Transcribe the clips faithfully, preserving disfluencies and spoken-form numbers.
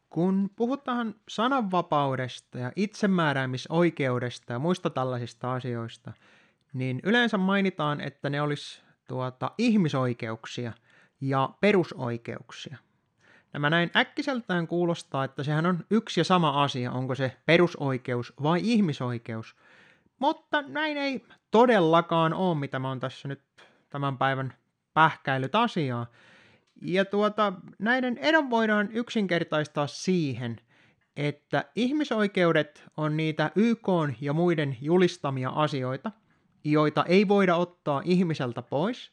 Kun puhutaan sananvapaudesta ja itsemääräämisoikeudesta ja muista tällaisista asioista, niin yleensä mainitaan, että ne olisi tuota, ihmisoikeuksia ja perusoikeuksia. Nämä näin äkkiseltään kuulostaa, että sehän on yksi ja sama asia, onko se perusoikeus vai ihmisoikeus. Mutta näin ei todellakaan ole, mitä mä oon tässä nyt tämän päivän pähkäillyt asiaa. Ja tuota, näiden edon voidaan yksinkertaistaa siihen, että ihmisoikeudet on niitä Y K:n ja muiden julistamia asioita, joita ei voida ottaa ihmiseltä pois,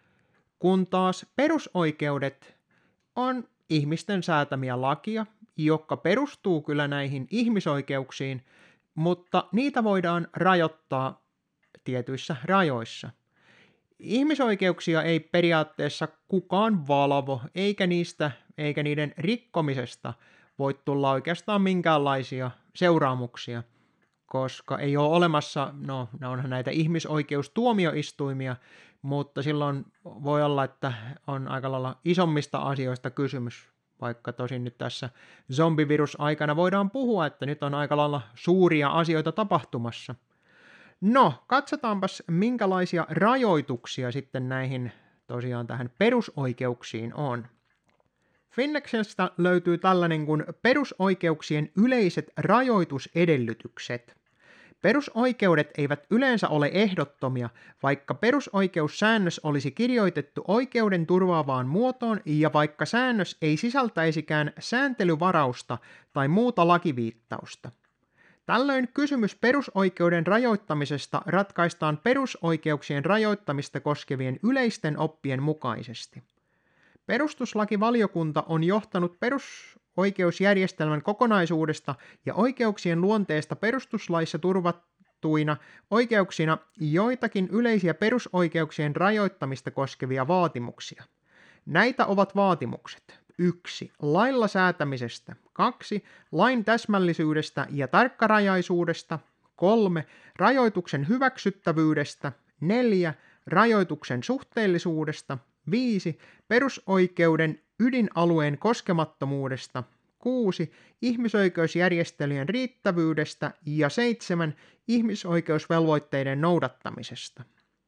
kun taas perusoikeudet on ihmisten säätämiä lakia, jotka perustuu kyllä näihin ihmisoikeuksiin, mutta niitä voidaan rajoittaa tietyissä rajoissa. Ihmisoikeuksia ei periaatteessa kukaan valvo, eikä niistä, eikä niiden rikkomisesta voi tulla oikeastaan minkäänlaisia seuraamuksia, koska ei ole olemassa, no ne onhan näitä ihmisoikeustuomioistuimia, mutta silloin voi olla, että on aika lailla isommista asioista kysymys, vaikka tosin nyt tässä zombivirus-aikana voidaan puhua, että nyt on aika lailla suuria asioita tapahtumassa. No, katsotaanpas minkälaisia rajoituksia sitten näihin tosiaan tähän perusoikeuksiin on. Finnexistä löytyy tällainen kuin perusoikeuksien yleiset rajoitusedellytykset. Perusoikeudet eivät yleensä ole ehdottomia, vaikka perusoikeussäännös olisi kirjoitettu oikeuden turvaavaan muotoon ja vaikka säännös ei sisältäisikään sääntelyvarausta tai muuta lakiviittausta. Tällöin kysymys perusoikeuden rajoittamisesta ratkaistaan perusoikeuksien rajoittamista koskevien yleisten oppien mukaisesti. Perustuslakivaliokunta on johtanut perusoikeusjärjestelmän kokonaisuudesta ja oikeuksien luonteesta perustuslaissa turvattuina oikeuksina joitakin yleisiä perusoikeuksien rajoittamista koskevia vaatimuksia. Näitä ovat vaatimukset: yksi. Lailla säätämisestä. kaksi. Lain täsmällisyydestä ja tarkkarajaisuudesta. kolme. Rajoituksen hyväksyttävyydestä. neljä. Rajoituksen suhteellisuudesta. viisi. Perusoikeuden ydinalueen koskemattomuudesta. kuusi. Ihmisoikeusjärjestelyjen riittävyydestä. Ja seitsemän. Ihmisoikeusvelvoitteiden noudattamisesta.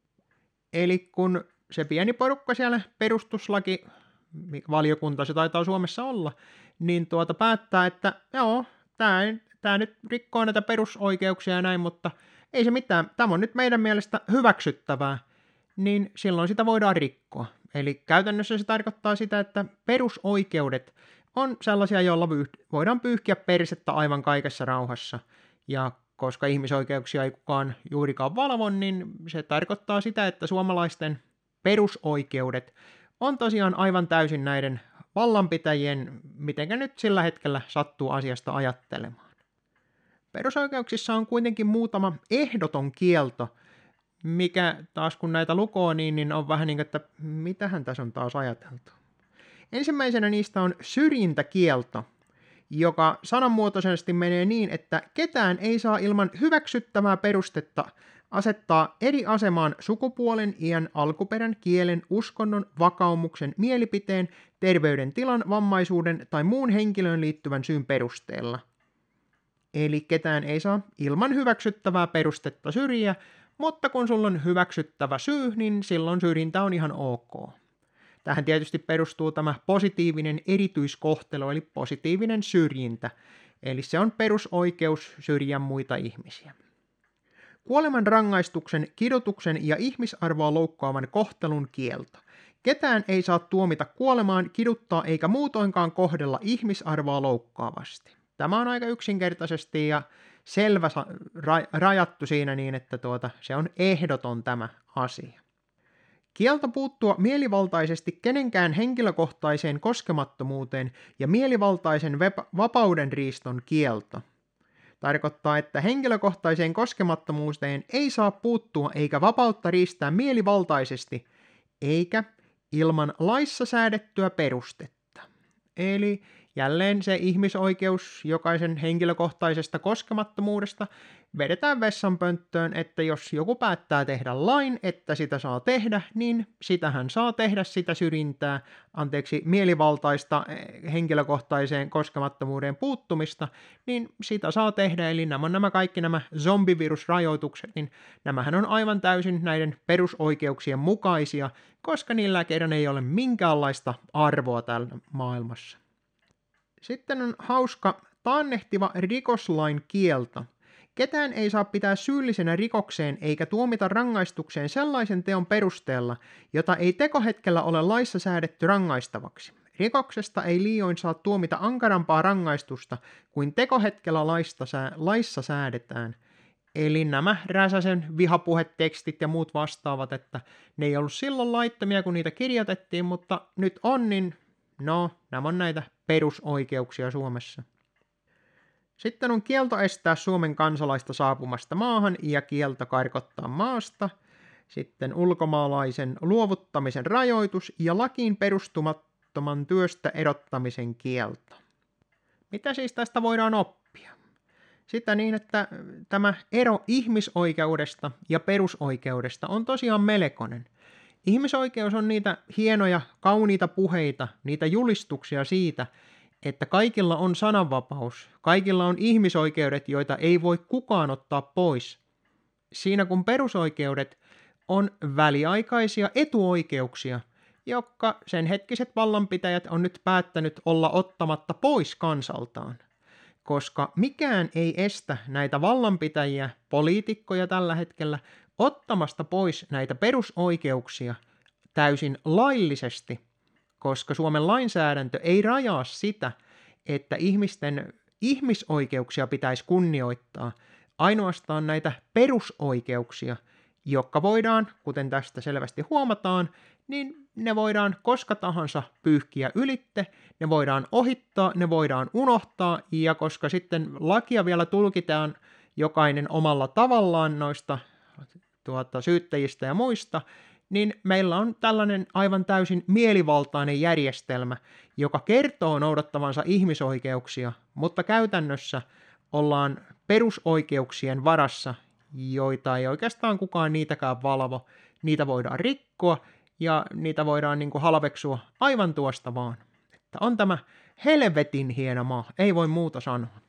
Eli kun se pieni porukka siellä perustuslaki valiokunta se taitaa Suomessa olla, niin tuota päättää, että joo, tämä, tämä nyt rikkoo näitä perusoikeuksia ja näin, mutta ei se mitään, tämä on nyt meidän mielestä hyväksyttävää, niin silloin sitä voidaan rikkoa. Eli käytännössä se tarkoittaa sitä, että perusoikeudet on sellaisia, joilla voidaan pyyhkiä persettä aivan kaikessa rauhassa, ja koska ihmisoikeuksia ei kukaan juurikaan valvo, niin se tarkoittaa sitä, että suomalaisten perusoikeudet on tosiaan aivan täysin näiden vallanpitäjien, mitenkä nyt sillä hetkellä sattuu asiasta ajattelemaan. Perusoikeuksissa on kuitenkin muutama ehdoton kielto, mikä taas kun näitä lukoo, niin, niin on vähän niin kuin, että mitähän tässä on taas ajateltu. Ensimmäisenä niistä on syrjintäkielto, joka sananmuotoisesti menee niin, että ketään ei saa ilman hyväksyttävää perustetta asettaa eri asemaan sukupuolen, iän, alkuperän, kielen, uskonnon, vakaumuksen, mielipiteen, terveydentilan, vammaisuuden tai muun henkilöön liittyvän syyn perusteella. Eli ketään ei saa ilman hyväksyttävää perustetta syrjiä, mutta kun sulla on hyväksyttävä syy, niin silloin syrjintä on ihan ok. Tähän tietysti perustuu tämä positiivinen erityiskohtelu, eli positiivinen syrjintä, eli se on perusoikeus syrjiä muita ihmisiä. Kuolemanrangaistuksen, kidutuksen ja ihmisarvoa loukkaavan kohtelun kielto. Ketään ei saa tuomita kuolemaan, kiduttaa eikä muutoinkaan kohdella ihmisarvoa loukkaavasti. Tämä on aika yksinkertaisesti ja selvä ra- rajattu siinä niin, että tuota, se on ehdoton tämä asia. Kielto puuttua mielivaltaisesti kenenkään henkilökohtaiseen koskemattomuuteen ja mielivaltaisen vep- vapaudenriiston kielto. Tarkoittaa, että henkilökohtaiseen koskemattomuuteen ei saa puuttua eikä vapautta riistää mielivaltaisesti, eikä ilman laissa säädettyä perustetta. Eli Jälleen se ihmisoikeus jokaisen henkilökohtaisesta koskemattomuudesta vedetään vessanpönttöön, että jos joku päättää tehdä lain, että sitä saa tehdä, niin sitähän saa tehdä sitä syrjintää, anteeksi, mielivaltaista henkilökohtaiseen koskemattomuuteen puuttumista, niin sitä saa tehdä, eli nämä, nämä kaikki nämä zombivirusrajoitukset, niin nämähän on aivan täysin näiden perusoikeuksien mukaisia, koska niillä kerran ei ole minkäänlaista arvoa täällä maailmassa. Sitten on hauska taannehtiva rikoslain kielto. Ketään ei saa pitää syyllisenä rikokseen eikä tuomita rangaistukseen sellaisen teon perusteella, jota ei tekohetkellä ole laissa säädetty rangaistavaksi. Rikoksesta ei liioin saa tuomita ankarampaa rangaistusta kuin tekohetkellä laista sää- laissa säädetään. Eli nämä Räsäsen vihapuhetekstit ja muut vastaavat, että ne ei ollut silloin laittomia, kun niitä kirjoitettiin, mutta nyt on, niin no, nämä on näitä perusoikeuksia Suomessa. Sitten on kielto estää Suomen kansalaista saapumasta maahan ja kielto karkottaa maasta. Sitten ulkomaalaisen luovuttamisen rajoitus ja lakiin perustumattoman työstä erottamisen kielto. Mitä siis tästä voidaan oppia? Sitä niin, että tämä ero ihmisoikeudesta ja perusoikeudesta on tosiaan melkoinen. Ihmisoikeus on niitä hienoja, kauniita puheita, niitä julistuksia siitä, että kaikilla on sananvapaus, kaikilla on ihmisoikeudet, joita ei voi kukaan ottaa pois. Siinä kun perusoikeudet on väliaikaisia etuoikeuksia, jotka sen hetkiset vallanpitäjät on nyt päättänyt olla ottamatta pois kansaltaan. Koska mikään ei estä näitä vallanpitäjiä, poliitikkoja tällä hetkellä, ottamasta pois näitä perusoikeuksia täysin laillisesti, koska Suomen lainsäädäntö ei rajaa sitä, että ihmisten ihmisoikeuksia pitäisi kunnioittaa, ainoastaan näitä perusoikeuksia, jotka voidaan, kuten tästä selvästi huomataan, niin ne voidaan koska tahansa pyyhkiä ylitte, ne voidaan ohittaa, ne voidaan unohtaa, ja koska sitten lakia vielä tulkitaan jokainen omalla tavallaan noista tuota, syyttäjistä ja muista, niin meillä on tällainen aivan täysin mielivaltainen järjestelmä, joka kertoo noudattavansa ihmisoikeuksia, mutta käytännössä ollaan perusoikeuksien varassa, joita ei oikeastaan kukaan niitäkään valvo. Niitä voidaan rikkoa ja niitä voidaan niin kuin halveksua aivan tuosta vaan. Että on tämä helvetin hieno maa, ei voi muuta sanoa.